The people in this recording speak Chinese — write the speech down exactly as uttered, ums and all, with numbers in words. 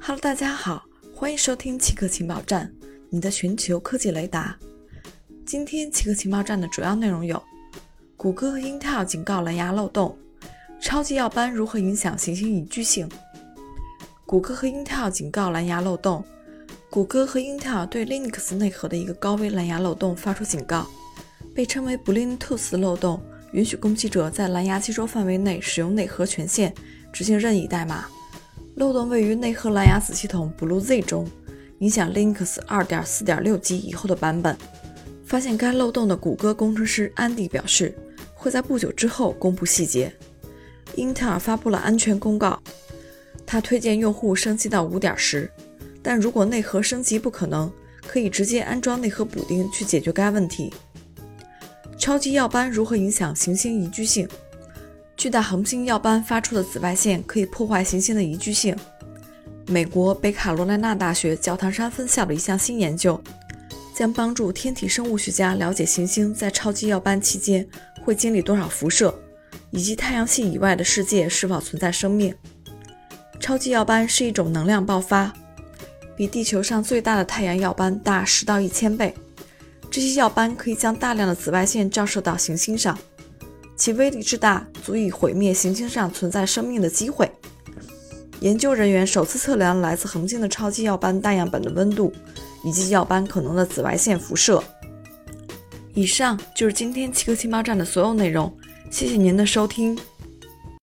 Hello， 大家好，欢迎收听奇客情报站，你的全球科技雷达。今天奇客情报站的主要内容有：谷歌和 Intel 警告蓝牙漏洞，超级耀斑如何影响行星宜居性。谷歌和 Intel 警告蓝牙漏洞。谷歌和 Intel 对 Linux 内核的一个高危蓝牙漏洞发出警告，被称为 Bluetooth 漏洞，允许攻击者在蓝牙接收范围内使用内核权限执行任意代码。漏洞位于内核蓝牙子系统 BlueZ 中，影响 Linux 二点四点六 级以后的版本。发现该漏洞的谷歌工程师安迪表示，会在不久之后公布细节。英特尔发布了安全公告，他推荐用户升级到 五点十， 但如果内核升级不可能，可以直接安装内核补丁去解决该问题。超级耀斑如何影响行星宜居性？巨大恒星耀斑发出的紫外线可以破坏行星的宜居性。美国北卡罗来纳大学教堂山分校的一项新研究，将帮助天体生物学家了解行星在超级耀斑期间会经历多少辐射，以及太阳系以外的世界是否存在生命。超级耀斑是一种能量爆发，比地球上最大的太阳耀斑大十到一千倍。这些耀斑可以将大量的紫外线照射到行星上，其威力之大，足以毁灭行星上存在生命的机会。研究人员首次测量来自恒星的超级耀斑大样本的温度，以及耀斑可能的紫外线辐射。以上就是今天奇客情报站的所有内容，谢谢您的收听。